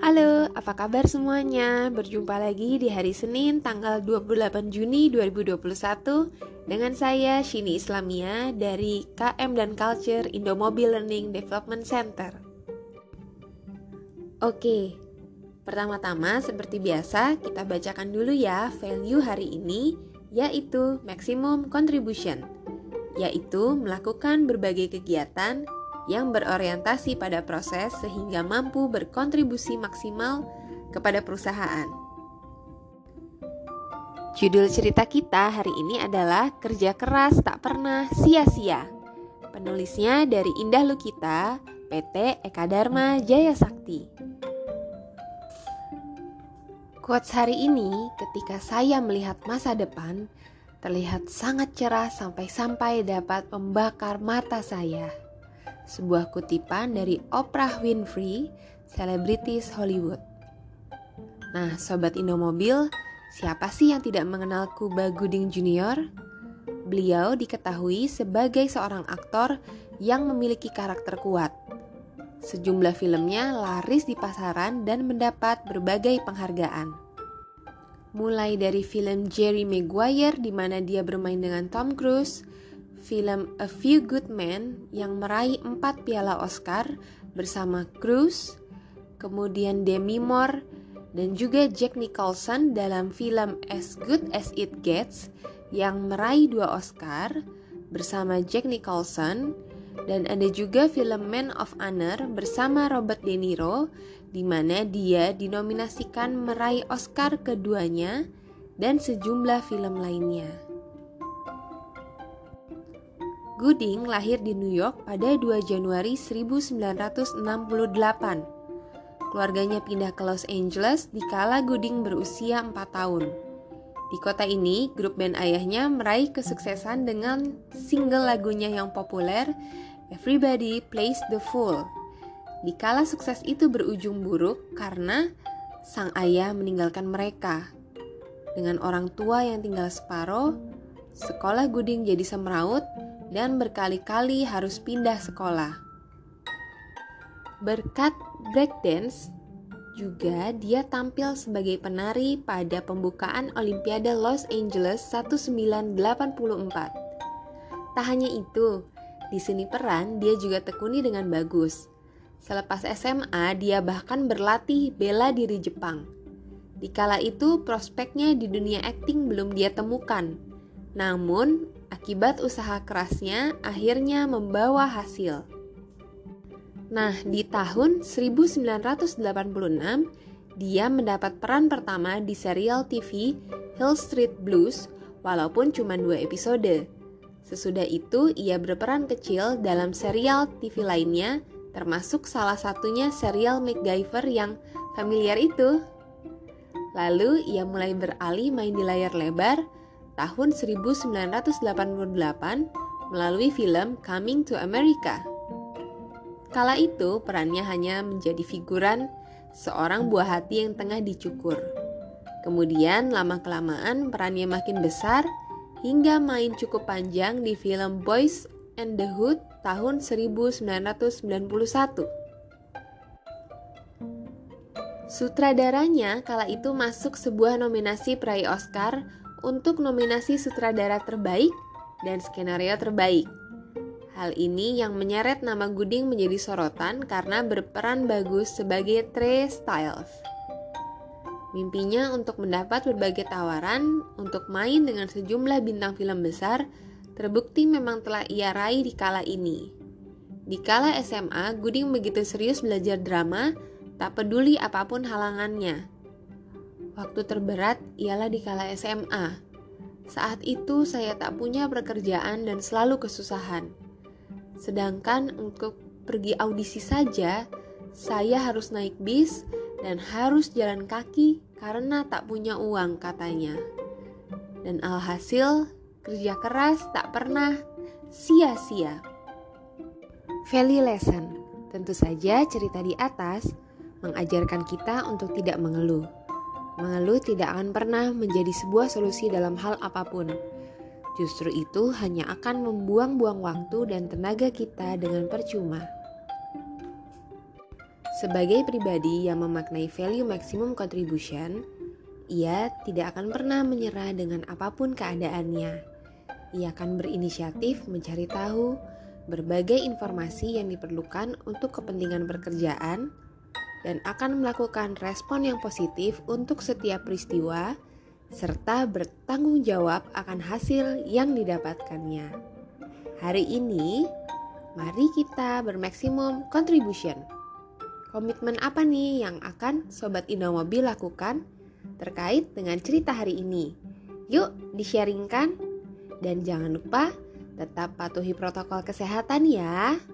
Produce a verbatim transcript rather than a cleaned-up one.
Halo, apa kabar semuanya? Berjumpa lagi di hari Senin tanggal dua puluh delapan Juni dua ribu dua puluh satu dengan saya Shini Islamia dari K M dan Culture Indomobil Learning Development Center. Oke, pertama-tama seperti biasa kita bacakan dulu ya value hari ini, yaitu maximum contribution, yaitu melakukan berbagai kegiatan yang berorientasi pada proses sehingga mampu berkontribusi maksimal kepada perusahaan. Judul cerita kita hari ini adalah Kerja Keras Tak Pernah Sia-Sia. Penulisnya dari Indah Lukita, P T Eka Dharma Jaya Sakti. Quotes hari ini, ketika saya melihat masa depan, terlihat sangat cerah sampai-sampai dapat membakar mata saya. Sebuah kutipan dari Oprah Winfrey, selebritis Hollywood. Nah, Sobat Indomobil, siapa sih yang tidak mengenal Cuba Gooding Junior? Beliau diketahui sebagai seorang aktor yang memiliki karakter kuat. Sejumlah filmnya laris di pasaran dan mendapat berbagai penghargaan. Mulai dari film Jerry Maguire di mana dia bermain dengan Tom Cruise, film A Few Good Men yang meraih empat piala Oscar bersama Cruise, kemudian Demi Moore, dan juga Jack Nicholson dalam film As Good As It Gets yang meraih dua Oscar bersama Jack Nicholson, dan ada juga film Man of Honor bersama Robert De Niro di mana dia dinominasikan meraih Oscar keduanya dan sejumlah film lainnya. Gooding lahir di New York pada dua Januari seribu sembilan ratus enam puluh delapan. Keluarganya pindah ke Los Angeles dikala Gooding berusia empat tahun. Di kota ini, grup band ayahnya meraih kesuksesan dengan single lagunya yang populer, Everybody Plays the Fool. Dikala sukses itu berujung buruk karena sang ayah meninggalkan mereka. Dengan orang tua yang tinggal separuh, sekolah Gooding jadi semeraut dan berkali-kali harus pindah sekolah. Berkat breakdance, juga dia tampil sebagai penari pada pembukaan Olimpiade Los Angeles seribu sembilan ratus delapan puluh empat. Tak hanya itu, di seni peran dia juga tekuni dengan bagus. Selepas S M A, dia bahkan berlatih bela diri Jepang. Dikala itu, prospeknya di dunia akting belum dia temukan. Namun, akibat usaha kerasnya akhirnya membawa hasil. Nah, di tahun seribu sembilan ratus delapan puluh enam, dia mendapat peran pertama di serial T V Hill Street Blues, walaupun cuma dua episode. Sesudah itu, ia berperan kecil dalam serial T V lainnya, termasuk salah satunya serial MacGyver yang familiar itu. Lalu, ia mulai beralih main di layar lebar tahun seribu sembilan ratus delapan puluh delapan melalui film Coming to America. Kala itu perannya hanya menjadi figuran seorang buah hati yang tengah dicukur. Kemudian lama-kelamaan perannya makin besar hingga main cukup panjang di film Boys and the Hood tahun seribu sembilan ratus sembilan puluh satu. Sutradaranya kala itu masuk sebuah nominasi peraih Oscar untuk nominasi sutradara terbaik dan skenario terbaik. Hal ini yang menyeret nama Gooding menjadi sorotan karena berperan bagus sebagai Trey Styles. Mimpinya untuk mendapat berbagai tawaran untuk main dengan sejumlah bintang film besar terbukti memang telah ia raih di kala ini. Di kala S M A, Gooding begitu serius belajar drama, tak peduli apapun halangannya. Waktu terberat ialah di kala S M A. Saat itu saya tak punya pekerjaan dan selalu kesusahan. Sedangkan untuk pergi audisi saja, saya harus naik bis dan harus jalan kaki karena tak punya uang, katanya. Dan alhasil, kerja keras tak pernah sia-sia. Value lesson. Tentu saja cerita di atas mengajarkan kita untuk tidak mengeluh. Mengeluh tidak akan pernah menjadi sebuah solusi dalam hal apapun. Justru itu hanya akan membuang-buang waktu dan tenaga kita dengan percuma. Sebagai pribadi yang memaknai value maximum contribution, ia tidak akan pernah menyerah dengan apapun keadaannya. Ia akan berinisiatif mencari tahu berbagai informasi yang diperlukan untuk kepentingan pekerjaan dan akan melakukan respon yang positif untuk setiap peristiwa serta bertanggung jawab akan hasil yang didapatkannya. Hari ini, mari kita bermaksimum contribution. Komitmen apa nih yang akan Sobat Indomobil lakukan terkait dengan cerita hari ini? Yuk di-sharingkan dan jangan lupa tetap patuhi protokol kesehatan ya.